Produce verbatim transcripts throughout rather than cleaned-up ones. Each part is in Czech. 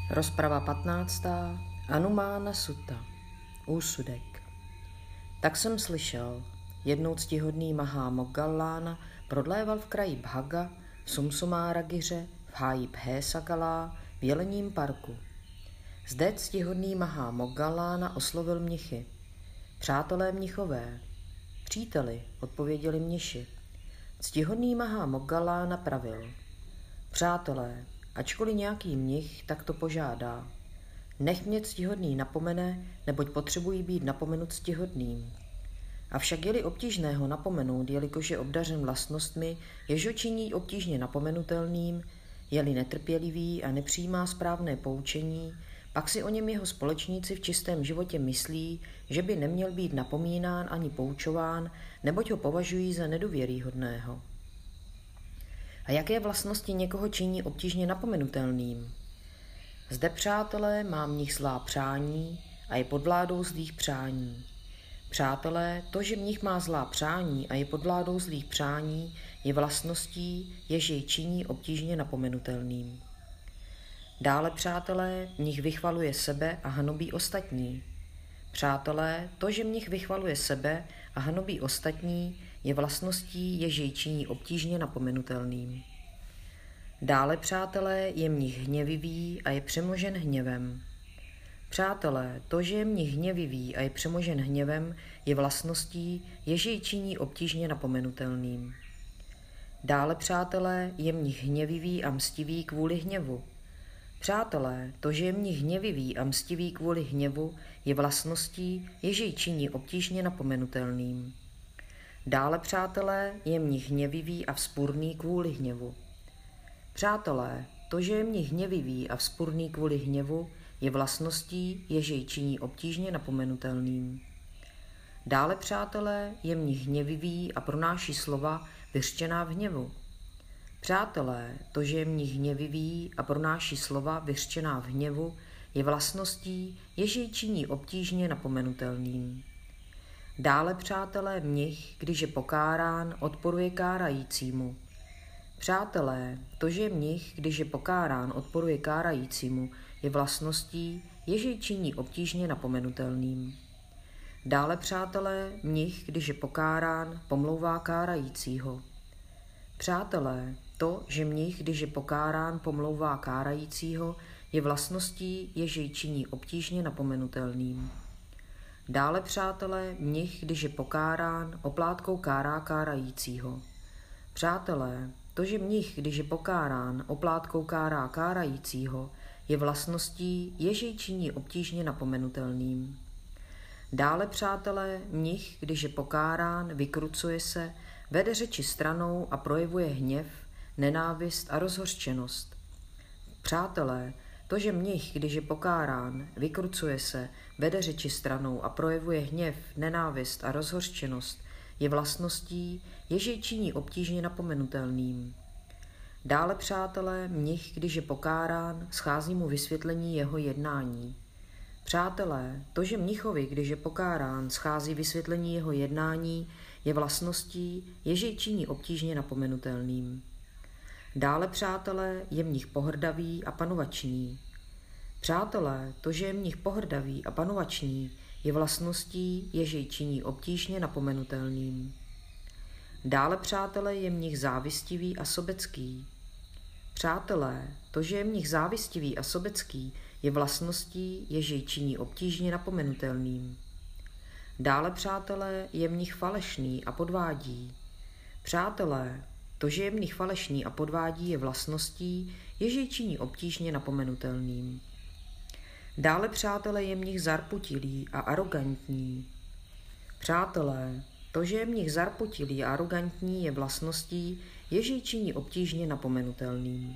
Rozprava patnáctá. Anumána Sutta. Úsudek. Tak jsem slyšel, jednou ctihodný Mahá Moggallāna prodléval v kraji Bhaga, v Sumsumáragiře, v háji Bhēsagalā, v Jelením parku. Zde ctihodný Mahá Moggallāna oslovil mnichy. Přátelé mnichové. Příteli, odpověděli mniši. Ctihodný Mahá Moggallāna pravil. Přátelé, ačkoliv nějaký mnich takto požádá. Nech mě ctihodný napomene, neboť potřebují být napomenut ctihodným. Avšak je-li obtížné ho napomenout, jelikož je obdařen vlastnostmi, jež ho činí obtížně napomenutelným, je-li netrpělivý a nepřijímá správné poučení, pak si o něm jeho společníci v čistém životě myslí, že by neměl být napomínán ani poučován, neboť ho považují za nedůvěryhodného. A jaké vlastnosti někoho činí obtížně napomenutelným? Zde, přátelé, má mnich zlá přání a je pod vládou zlých přání. Přátelé, to, že mnich má zlá přání a je pod vládou zlých přání, je vlastností, jež jej činí obtížně napomenutelným. Dále, přátelé, mnich vychvaluje sebe a hanobí ostatní. Přátelé, to, že mnich vychvaluje sebe a hanobí ostatní, je vlastností, jež jej činí obtížně napomenutelným. Dále, přátelé, je mnich hněvivý a je přemožen hněvem. Přátelé, to, že je mnich hněvivý a je přemožen hněvem, je vlastností, jež jej činí obtížně napomenutelným. Dále, přátelé, je mnich hněvivý a mstivý kvůli hněvu. Přátelé, to, že je mnich hněvivý a mstivý kvůli hněvu, je vlastností, jež jej činí obtížně napomenutelným. Dále, přátelé, je mnich hněvivý a vzpurný kvůli hněvu. Přátelé, to, že je mnich hněvivý a vzpurný kvůli hněvu, je vlastností, jež jej činí obtížně napomenutelným. Dále, přátelé, je mnich hněvivý a pronáší slova vyřčená v hněvu. Přátelé, to, že je mnich hněvivý a pronáší slova vyřčená v hněvu, je vlastností, jež jej činí obtížně napomenutelným. Dále, přátelé, mnich, když je pokárán, odporuje kárajícímu. Přátelé, to, že mnich, když je pokárán, odporuje kárajícímu, je vlastností, jež jej činí obtížně napomenutelným. Dále, přátelé, mnich, když je pokárán, pomlouvá kárajícího. Přátelé, to, že mnich, když je pokárán, pomlouvá kárajícího, je vlastností, jež jej činí obtížně napomenutelným. Dále, přátelé, mnich, když je pokárán, oplátkou kárá kárajícího. Přátelé, to, že mnich, když je pokárán, oplátkou kárá kárajícího, je vlastností, jež jej činí obtížně napomenutelným. Dále, přátelé, mnich, když je pokárán, vykrucuje se, vede řeči stranou a projevuje hněv, nenávist a rozhořčenost. Přátelé, to, že mnich, když je pokárán, vykrucuje se, vede řeči stranou a projevuje hněv, nenávist a rozhořčenost, je vlastností, jež jej činí obtížně napomenutelným. Dále, přátelé, mnich, když je pokárán, schází mu vysvětlení jeho jednání. Přátelé, to, že mnichovi, když je pokárán, schází vysvětlení jeho jednání, je vlastností, jež jej činí obtížně napomenutelným. Dále, přátelé, je mnich pohrdavý a panovačný. Přátelé, to, že je mnich pohrdavý a panovačný, je vlastností, jež jej činí obtížně napomenutelným. Dále, přátelé, je mnich závistivý a sobecký. Přátelé, to, že je mnich závistivý a sobecký, je vlastností, jež jej činí obtížně napomenutelným. Dále, přátelé, je mnich falešný a podvádí. Přátelé, to, že je mnich falešný a podvádí, je vlastností, jež jej činí obtížně napomenutelným. Dále, přátelé, je mnich zarputilý a arrogantní. Přátelé, to, že je mnich zarputilý a arrogantní, je vlastností, jež jej činí obtížně napomenutelným.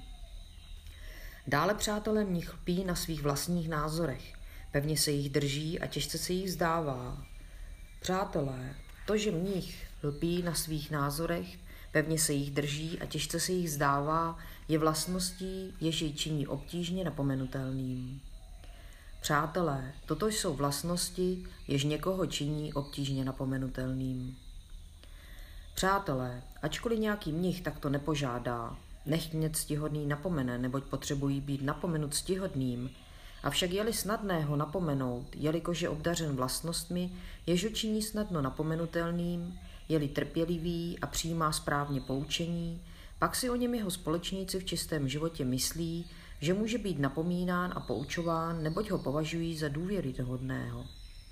Dále, přátelé, mnich lpí na svých vlastních názorech, pevně se jich drží a těžce se jich vzdává. Přátelé, to, že mnich lpí na svých názorech, pevně se jich drží a těžce se jich vzdává, je vlastností, jež jej činí obtížně napomenutelným. Přátelé, toto jsou vlastnosti, jež někoho činí obtížně napomenutelným. Přátelé, ačkoliv nějaký mnich takto nepožádá, nechť mě ctihodný napomene, neboť potřebují být napomenut ctihodným. Avšak je-li snadného napomenout, jelikož je obdařen vlastnostmi, jež ho činí snadno napomenutelným, je-li trpělivý a přijímá správně poučení, pak si o něm jeho společníci v čistém životě myslí, že může být napomínán a poučován, neboť ho považují za důvěryhodného.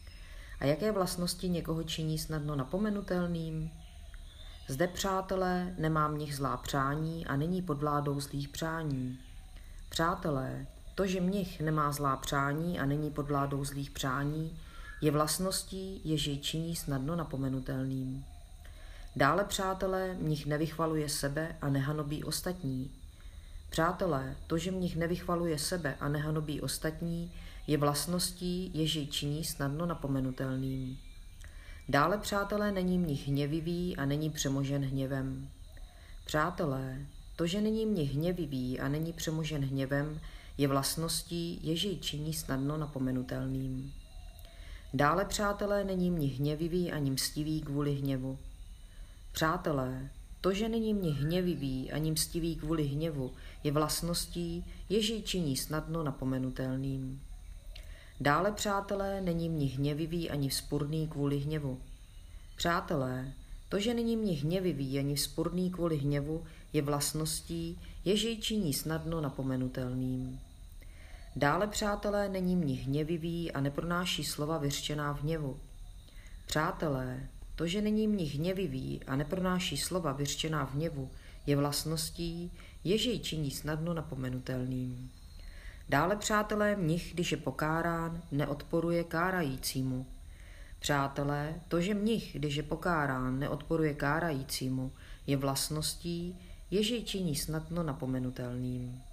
A jaké vlastnosti někoho činí snadno napomenutelným? Zde, přátelé, nemá mnich zlá přání a není pod vládou zlých přání. Přátelé, to, že mnich nemá zlá přání a není pod vládou zlých přání, je vlastností, jež jej činí snadno napomenutelným. Dále, přátelé, mnich nevychvaluje sebe a nehanobí ostatní. Přátelé, to, že mnich nevychvaluje sebe a nehanobí ostatní, je vlastností, jež jej činí snadno napomenutelným. Dále, přátelé, není mnich hněvivý a není přemožen hněvem. Přátelé, to, že není mnich hněvivý a není přemožen hněvem, je vlastností, jež jej činí snadno napomenutelným. Dále, přátelé, není mnich hněvivý ani mstivý kvůli hněvu. Přátelé, to, že není mnich hněvivý ani mstivý kvůli hněvu, je vlastností, jež jej činí snadno napomenutelným. Dále, přátelé, není mnich hněvivý ani vzpurný kvůli hněvu. Přátelé, to, že není mnich hněvivý ani vzpurný kvůli hněvu, je vlastností, jež jej činí snadno napomenutelným. Dále, přátelé, není mnich hněvivý a nepronáší slova vyřčená v hněvu. Přátelé, to, že není mnich hněvivý a nepronáší slova vyřčená v hněvu, je vlastností, jež jej činí snadno napomenutelným. Dále, přátelé, mnich, když je pokárán, neodporuje kárajícímu. Přátelé, to, že mnich, když je pokárán, neodporuje kárajícímu, je vlastností, jež jej činí snadno napomenutelným.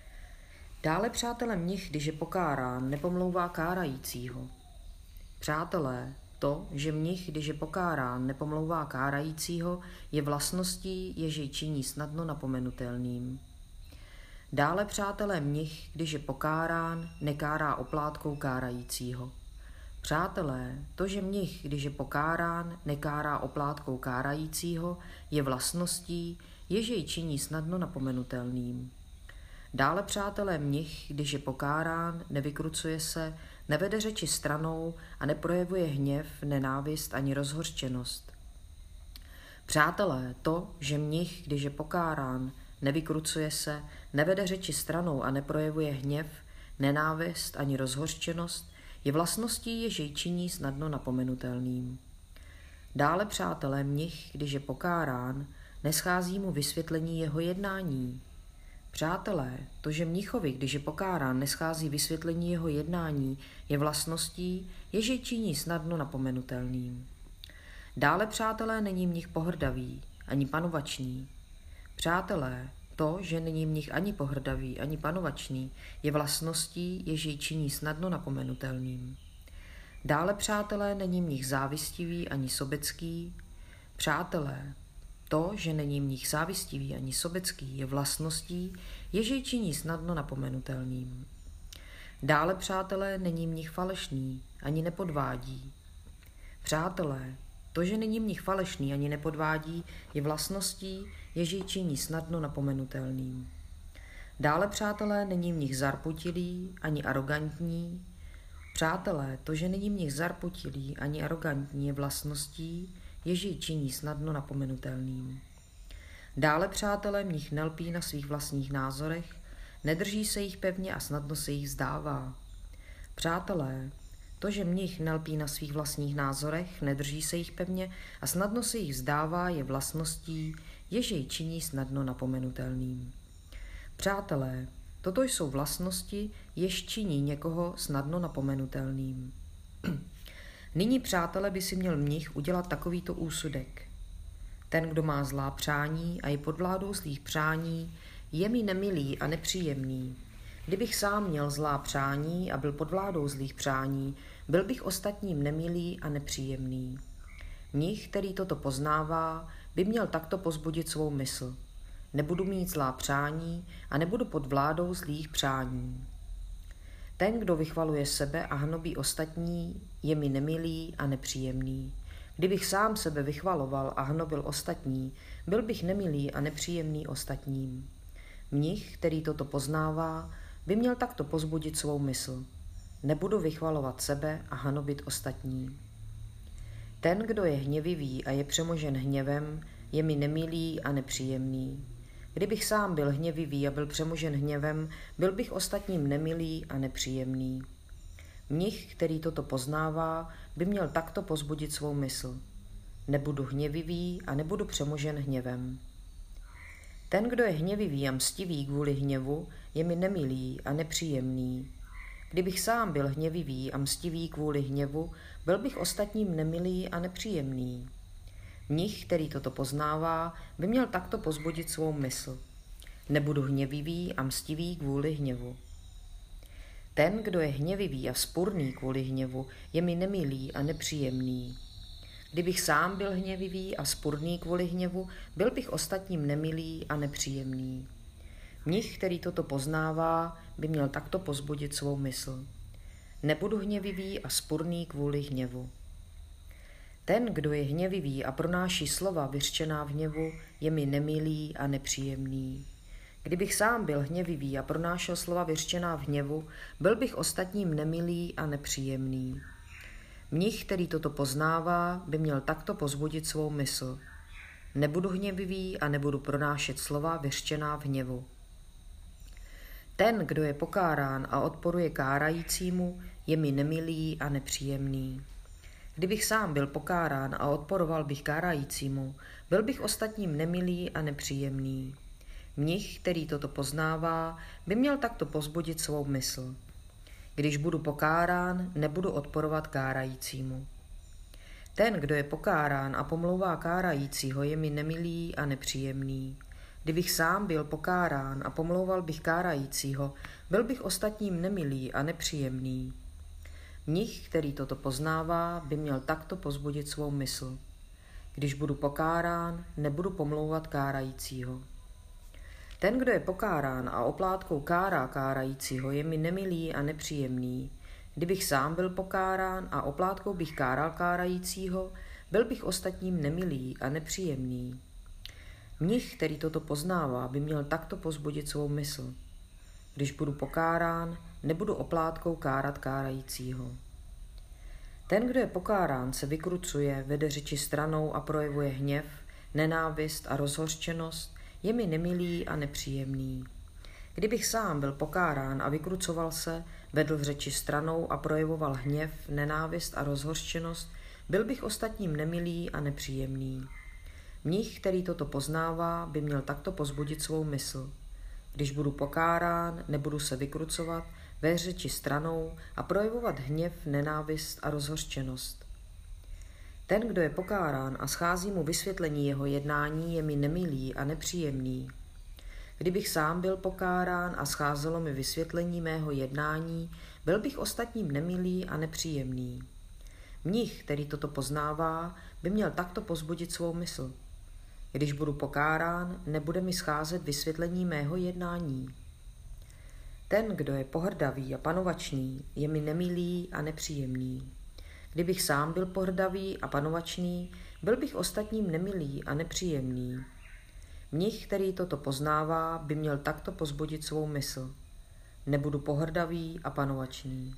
Dále, přátelé, mnich, když je pokárán, nepomlouvá kárajícího. Přátelé, to, že mnich, když je pokárán, nepomlouvá kárajícího, je vlastností, jež jej činí snadno napomenutelným. Dále, přátelé, mnich, když je pokárán, nekárá oplátkou kárajícího. Přátelé, to, že mnich, když je pokárán, nekárá oplátkou kárajícího, je vlastností, jež jej činí snadno napomenutelným. Dále, přátelé, mnich, když je pokárán, nevykrucuje se, nevede řeči stranou a neprojevuje hněv, nenávist ani rozhořčenost. Přátelé, to, že mnich, když je pokárán, nevykrucuje se, nevede řeči stranou a neprojevuje hněv, nenávist ani rozhořčenost, je vlastností, jež jej činí snadno napomenutelným. Dále, přátelé, mnich, když je pokárán, neschází mu vysvětlení jeho jednání. Přátelé, to, že mnichovi, když je pokárán, neschází vysvětlení jeho jednání, je vlastností, jež jej činí snadno napomenutelným. Dále, přátelé, není mnich pohrdavý, ani panovačný. Přátelé, to, že není mnich ani pohrdavý, ani panovačný, je vlastností, jež jej činí snadno napomenutelným. Dále, přátelé, není mnich závistivý, ani sobecký. Přátelé, to, že není mnich závistivý ani sobecký, je vlastností, jež jej činí snadno napomenutelným. Dále, přátelé, není mnich falešný, ani nepodvádí. Přátelé, to, že není mnich falešný ani nepodvádí, je vlastností, jež jej činí snadno napomenutelným. Dále, přátelé, není mnich zarputilý ani arrogantní. Přátelé, to, že není mnich zarputilý ani arrogantní, je vlastností, jež jej činí snadno napomenutelným. Dále, přátelé, mnich nelpí na svých vlastních názorech, nedrží se jich pevně a snadno se jich vzdává. Přátelé, to, že mnich nelpí na svých vlastních názorech, nedrží se jich pevně a snadno se jich vzdává, je vlastností, jež jej činí snadno napomenutelným. Přátelé, toto jsou vlastnosti, jež činí někoho snadno napomenutelným. Nyní, přátelé, by si měl mnich udělat takovýto úsudek. Ten, kdo má zlá přání a je pod vládou zlých přání, je mi nemilý a nepříjemný. Kdybych sám měl zlá přání a byl pod vládou zlých přání, byl bych ostatním nemilý a nepříjemný. Mnich, který toto poznává, by měl takto pozbudit svou mysl. Nebudu mít zlá přání a nebudu pod vládou zlých přání. Ten, kdo vychvaluje sebe a hanobí ostatní, je mi nemilý a nepříjemný. Kdybych sám sebe vychvaloval a hnobil ostatní, byl bych nemilý a nepříjemný ostatním. Mnich, který toto poznává, by měl takto pozbudit svou mysl. Nebudu vychvalovat sebe a hanobit ostatní. Ten, kdo je hněvivý a je přemožen hněvem, je mi nemilý a nepříjemný. Kdybych sám byl hněvivý a byl přemožen hněvem, byl bych ostatním nemilý a nepříjemný. Mnich, který toto poznává, by měl takto pozbudit svou mysl. Nebudu hněvivý a nebudu přemožen hněvem. Ten, kdo je hněvivý a mstivý kvůli hněvu, je mi nemilý a nepříjemný. Kdybych sám byl hněvivý a mstivý kvůli hněvu, byl bych ostatním nemilý a nepříjemný. Mnich, který toto poznává, by měl takto pozbudit svou mysl. Nebudu hněvivý a mstivý kvůli hněvu. Ten, kdo je hněvivý a vzpurný kvůli hněvu, je mi nemilý a nepříjemný. Kdybych sám byl hněvivý a vzpurný kvůli hněvu, byl bych ostatním nemilý a nepříjemný. Mnich, který toto poznává, by měl takto pozbudit svou mysl. Nebudu hněvivý a vzpurný kvůli hněvu. Ten, kdo je hněvivý a pronáší slova vyřčená v hněvu, je mi nemilý a nepříjemný. Kdybych sám byl hněvivý a pronášel slova vyřčená v hněvu, byl bych ostatním nemilý a nepříjemný. Mnich, který toto poznává, by měl takto pozbudit svou mysl. Nebudu hněvivý a nebudu pronášet slova vyřčená v hněvu. Ten, kdo je pokárán a odporuje kárajícímu, je mi nemilý a nepříjemný. Kdybych sám byl pokárán a odporoval bych kárajícímu, byl bych ostatním nemilý a nepříjemný. Mnich, který toto poznává, by měl takto pozbudit svou mysl. Když budu pokárán, nebudu odporovat kárajícímu. Ten, kdo je pokárán a pomlouvá kárajícího, je mi nemilý a nepříjemný. Kdybych sám byl pokárán a pomlouval bych kárajícího, byl bych ostatním nemilý a nepříjemný. Mnich, který toto poznává, by měl takto pozbudit svou mysl. Když budu pokárán, nebudu pomlouvat kárajícího. Ten, kdo je pokárán a oplátkou kárá kárajícího, je mi nemilý a nepříjemný. Kdybych sám byl pokárán a oplátkou bych káral kárajícího, byl bych ostatním nemilý a nepříjemný. Mnich, který toto poznává, by měl takto pozbudit svou mysl. Když budu pokárán, nebudu oplátkou kárat kárajícího. Ten, kdo je pokárán, se vykrucuje, vede řeči stranou a projevuje hněv, nenávist a rozhořčenost, je mi nemilý a nepříjemný. Kdybych sám byl pokárán a vykrucoval se, vedl řeči stranou a projevoval hněv, nenávist a rozhořčenost, byl bych ostatním nemilý a nepříjemný. Mnich, který toto poznává, by měl takto pozbudit svou mysl. Když budu pokárán, nebudu se vykrucovat, vést řeči stranou a projevovat hněv, nenávist a rozhořčenost. Ten, kdo je pokárán a schází mu vysvětlení jeho jednání, je mi nemilý a nepříjemný. Kdybych sám byl pokárán a scházelo mi vysvětlení mého jednání, byl bych ostatním nemilý a nepříjemný. Mnich, který toto poznává, by měl takto pozbudit svou mysl. Když budu pokárán, nebude mi scházet vysvětlení mého jednání. Ten, kdo je pohrdavý a panovačný, je mi nemilý a nepříjemný. Kdybych sám byl pohrdavý a panovačný, byl bych ostatním nemilý a nepříjemný. Mnich, který toto poznává, by měl takto pozbudit svou mysl. Nebudu pohrdavý a panovačný.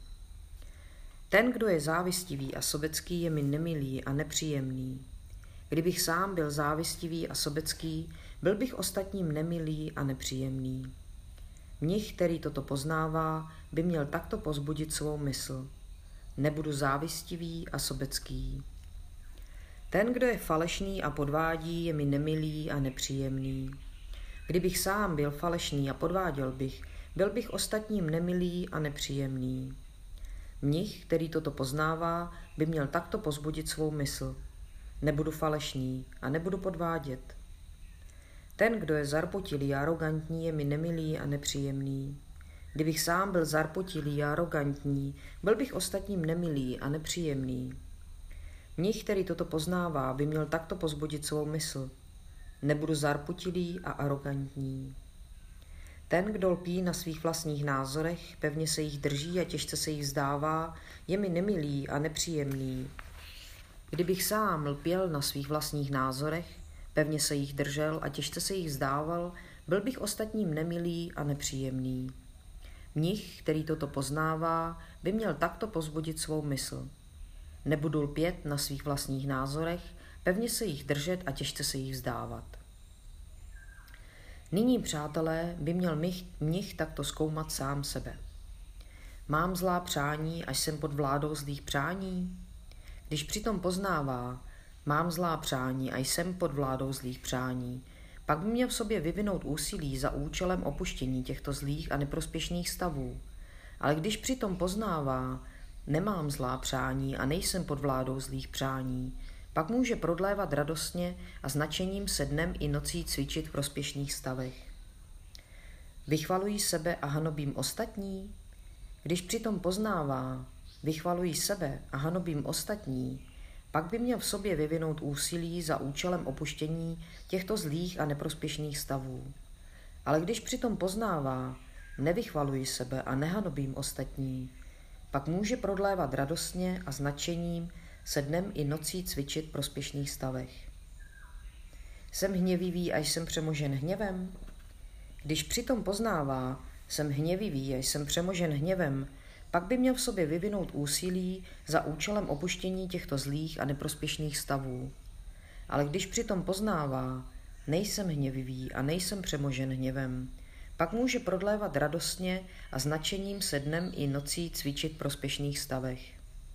Ten, kdo je závistivý a sobecký, je mi nemilý a nepříjemný. Kdybych sám byl závistivý a sobecký, byl bych ostatním nemilý a nepříjemný. Mnich, který toto poznává, by měl takto pozbudit svou mysl. Nebudu závistivý a sobecký. Ten, kdo je falešný a podvádí, je mi nemilý a nepříjemný. Kdybych sám byl falešný a podváděl bych, byl bych ostatním nemilý a nepříjemný. Mnich, který toto poznává, by měl takto pozbudit svou mysl. Nebudu falešný a nebudu podvádět. Ten, kdo je zarputilý a arogantní, je mi nemilý a nepříjemný. Kdybych sám byl zarputilý a arogantní, byl bych ostatním nemilý a nepříjemný. Mnich, který toto poznává, by měl takto pozbudit svou mysl. Nebudu zarputilý a arogantní. Ten, kdo lpí na svých vlastních názorech, pevně se jich drží a těžce se jich vzdává, je mi nemilý a nepříjemný. Kdybych sám lpěl na svých vlastních názorech, pevně se jich držel a těžce se jich vzdával, byl bych ostatním nemilý a nepříjemný. Mnich, který toto poznává, by měl takto povzbudit svou mysl. Nebudu lpět na svých vlastních názorech, pevně se jich držet a těžce se jich vzdávat. Nyní, přátelé, by měl mnich, mnich takto zkoumat sám sebe. Mám zlá přání, až jsem pod vládou zlých přání? Když přitom poznává, mám zlá přání a jsem pod vládou zlých přání, pak by měl v sobě vyvinout úsilí za účelem opuštění těchto zlých a neprospěšných stavů. Ale když přitom poznává, nemám zlá přání a nejsem pod vládou zlých přání, pak může prodlévat radostně a s nadšením se dnem i nocí cvičit v prospěšných stavech. Vychvalují sebe a hanobím ostatní? Když přitom poznává, vychvalují sebe a hanobím ostatní, pak by měl v sobě vyvinout úsilí za účelem opuštění těchto zlých a neprospěšných stavů. Ale když přitom poznává, nevychvaluji sebe a nehanobím ostatní, pak může prodlévat radostně a s nadšením se dnem i nocí cvičit v prospěšných stavech. Jsem hněvivý a jsem přemožen hněvem? Když přitom poznává, jsem hněvivý a jsem přemožen hněvem, pak by měl v sobě vyvinout úsilí za účelem opuštění těchto zlých a neprospěšných stavů. Ale když přitom poznává, nejsem hněvivý a nejsem přemožen hněvem, pak může prodlévat radostně a s nadšením se dnem i nocí cvičit v prospěšných stavech.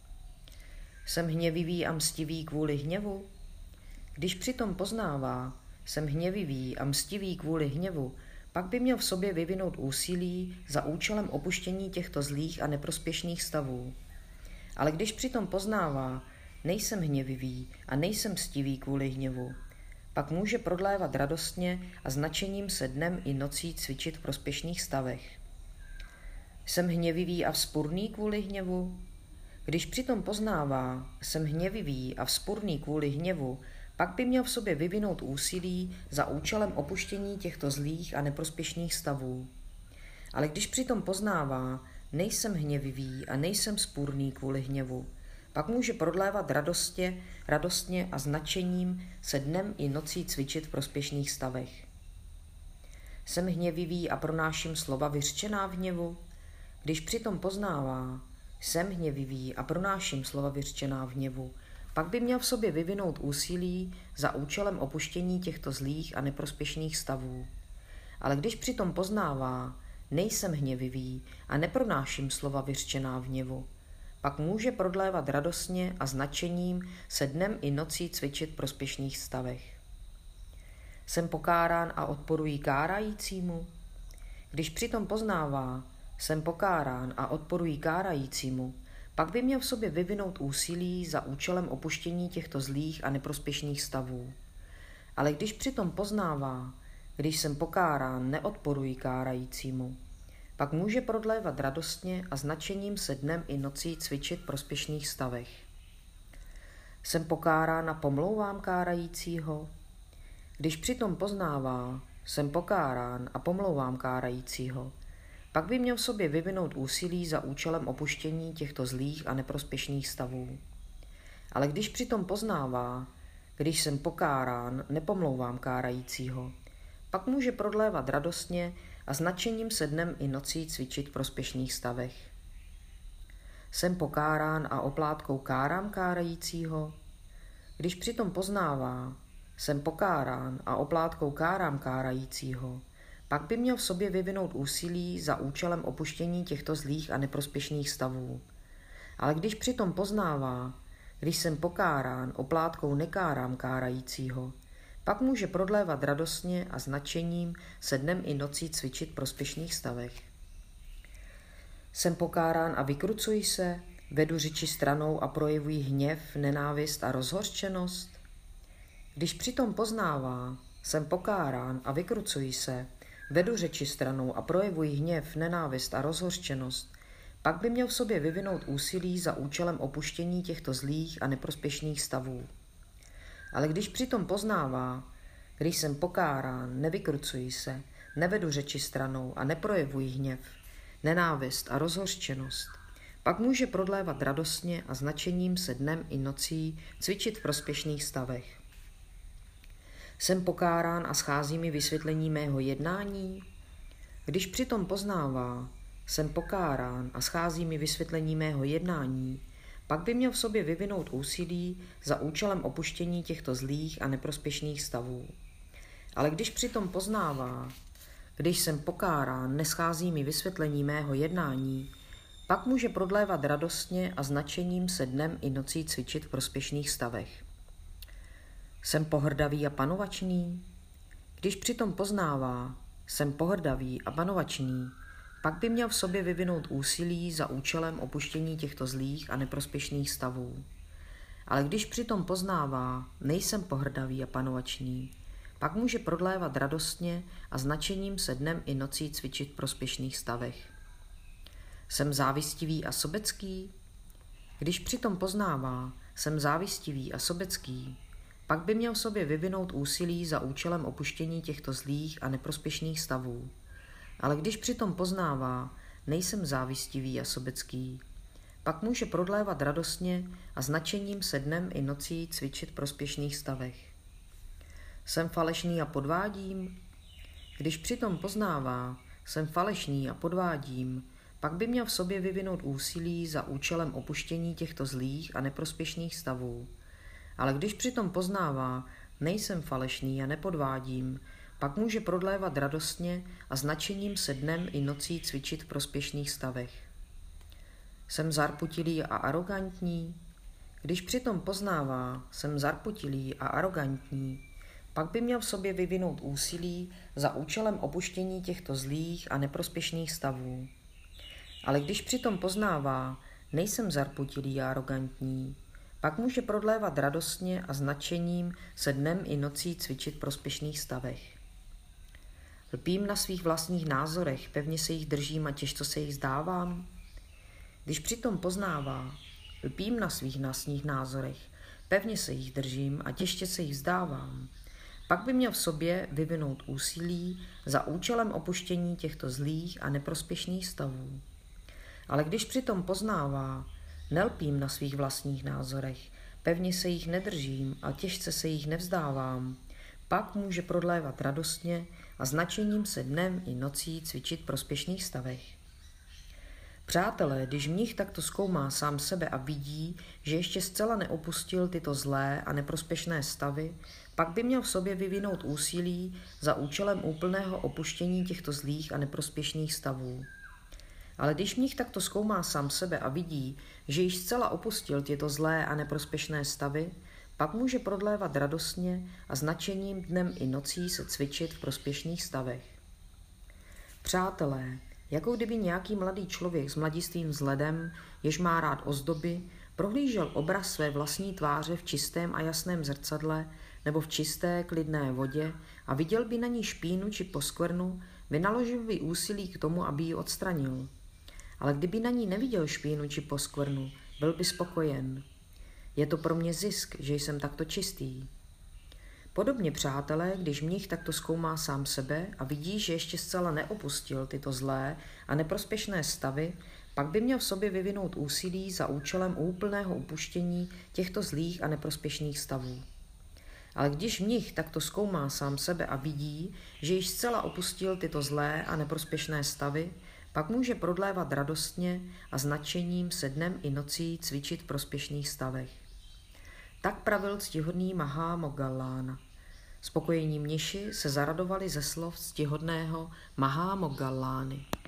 Jsem hněvivý a mstivý kvůli hněvu? Když přitom poznává, jsem hněvivý a mstivý kvůli hněvu, pak by měl v sobě vyvinout úsilí za účelem opuštění těchto zlých a neprospěšných stavů. Ale když přitom poznává, nejsem hněvivý a nejsem mstivý kvůli hněvu, pak může prodlévat radostně a s nadšením se dnem i nocí cvičit v prospěšných stavech. Jsem hněvivý a vzpurný kvůli hněvu? Když přitom poznává, jsem hněvivý a vzpurný kvůli hněvu, pak by měl v sobě vyvinout úsilí za účelem opuštění těchto zlých a neprospěšných stavů. Ale když přitom poznává, nejsem hněvivý a nejsem vzpurný kvůli hněvu, pak může prodlévat radostně, radostně a s nadšením se dnem i nocí cvičit v prospěšných stavech. Jsem hněvivý a pronáším slova vyřčená v hněvu? Když přitom poznává, jsem hněvivý a pronáším slova vyřčená v hněvu, pak by měl v sobě vyvinout úsilí za účelem opuštění těchto zlých a neprospěšných stavů. Ale když přitom poznává, nejsem hněvivý a nepronáším slova vyřčená v hněvu, pak může prodlévat radostně a s nadšením se dnem i nocí cvičit v prospěšných stavech. Jsem pokárán a odporuji kárajícímu? Když přitom poznává, jsem pokárán a odporuji kárajícímu, pak by měl v sobě vyvinout úsilí za účelem opuštění těchto zlých a neprospěšných stavů. Ale když přitom poznává, když jsem pokárán, neodporuji kárajícímu, pak může prodlévat radostně a s nadšením se dnem i nocí cvičit v prospěšných stavech. Jsem pokárán a pomlouvám kárajícího? Když přitom poznává, jsem pokárán a pomlouvám kárajícího, pak by měl v sobě vyvinout úsilí za účelem opuštění těchto zlých a neprospěšných stavů. Ale když přitom poznává, když jsem pokárán, nepomlouvám kárajícího, pak může prodlévat radostně a s nadšením se dnem i nocí cvičit v prospěšných stavech. Jsem pokárán a oplátkou kárám kárajícího? Když přitom poznává, jsem pokárán a oplátkou kárám kárajícího, pak by měl v sobě vyvinout úsilí za účelem opuštění těchto zlých a neprospěšných stavů. Ale když přitom poznává, když jsem pokárán, oplátkou nekárám kárajícího, pak může prodlévat radostně a s nadšením se dnem i nocí cvičit v prospěšných stavech. Jsem pokárán a vykrucuji se, vedu řeči stranou a projevuji hněv, nenávist a rozhořčenost? Když přitom poznává, jsem pokárán a vykrucuji se, vedu řeči stranou a projevuji hněv, nenávist a rozhořčenost, pak by měl v sobě vyvinout úsilí za účelem opuštění těchto zlých a neprospěšných stavů. Ale když přitom poznává, když jsem pokárán, nevykrucuji se, nevedu řeči stranou a neprojevuji hněv, nenávist a rozhořčenost, pak může prodlévat radostně a s nadšením se dnem i nocí cvičit v prospěšných stavech. Jsem pokárán a schází mi vysvětlení mého jednání? Když přitom poznává, jsem pokárán a schází mi vysvětlení mého jednání, pak by měl v sobě vyvinout úsilí za účelem opuštění těchto zlých a neprospěšných stavů. Ale když přitom poznává, když jsem pokárán, neschází mi vysvětlení mého jednání, pak může prodlévat radostně a značením se dnem i nocí cvičit v prospěšných stavech. Jsem pohrdavý a panovačný? Když přitom poznává, jsem pohrdavý a panovačný, pak by měl v sobě vyvinout úsilí za účelem opuštění těchto zlých a neprospěšných stavů. Ale když přitom poznává, nejsem pohrdavý a panovačný, pak může prodlévat radostně a značením se dnem i nocí cvičit v prospěšných stavech. Jsem závistivý a sobecký? Když přitom poznává, jsem závistivý a sobecký, pak by měl v sobě vyvinout úsilí za účelem opuštění těchto zlých a neprospěšných stavů. Ale když přitom poznává, nejsem závistivý a sobecký, pak může prodlévat radostně a značením se dnem i nocí cvičit v prospěšných stavech. Jsem falešný a podvádím? Když přitom poznává, jsem falešný a podvádím, pak by měl v sobě vyvinout úsilí za účelem opuštění těchto zlých a neprospěšných stavů. Ale když přitom poznává, nejsem falešný a nepodvádím, pak může prodlévat radostně a značením se dnem i nocí cvičit v prospěšných stavech. Jsem zarputilý a arrogantní? Když přitom poznává, jsem zarputilý a arrogantní, pak by měl v sobě vyvinout úsilí za účelem opuštění těchto zlých a neprospěšných stavů. Ale když přitom poznává, nejsem zarputilý a arrogantní, pak může prodlévat radostně a značením se dnem i nocí cvičit v prospěšných stavech. Lpím na svých vlastních názorech, pevně se jich držím a těžko se jich vzdávám? Když přitom poznává, lpím na svých vlastních názorech, pevně se jich držím a těžce se jich vzdávám, pak by měl v sobě vyvinout úsilí za účelem opuštění těchto zlých a neprospěšných stavů. Ale když přitom poznává, nelpím na svých vlastních názorech, pevně se jich nedržím a těžce se jich nevzdávám, pak může prodlévat radostně a značením se dnem i nocí cvičit v prospěšných stavech. Přátelé, když mnich takto zkoumá sám sebe a vidí, že ještě zcela neopustil tyto zlé a neprospěšné stavy, pak by měl v sobě vyvinout úsilí za účelem úplného opuštění těchto zlých a neprospěšných stavů. Ale když mnich takto zkoumá sám sebe a vidí, že již zcela opustil tyto zlé a neprospěšné stavy, pak může prodlévat radostně a značením dnem i nocí se cvičit v prospěšných stavech. Přátelé, jako kdyby nějaký mladý člověk s mladistvým vzhledem, jež má rád ozdoby, prohlížel obraz své vlastní tváře v čistém a jasném zrcadle nebo v čisté, klidné vodě a viděl by na ní špínu či poskvrnu, vynaložil by úsilí k tomu, aby ji odstranil. Ale kdyby na ní neviděl špínu či poskvrnu, byl by spokojen. Je to pro mě zisk, že jsem takto čistý. Podobně, přátelé, když mnich takto zkoumá sám sebe a vidí, že ještě zcela neopustil tyto zlé a neprospěšné stavy, pak by měl v sobě vyvinout úsilí za účelem úplného upuštění těchto zlých a neprospěšných stavů. Ale když mnich takto zkoumá sám sebe a vidí, že již zcela opustil tyto zlé a neprospěšné stavy, pak může prodlévat radostně a s nadšením se dnem i nocí cvičit v prospěšných stavech. Tak pravil ctihodný Mahá Moggallāna. Spokojení mniši se zaradovali ze slov ctihodného Mahá Moggallāny.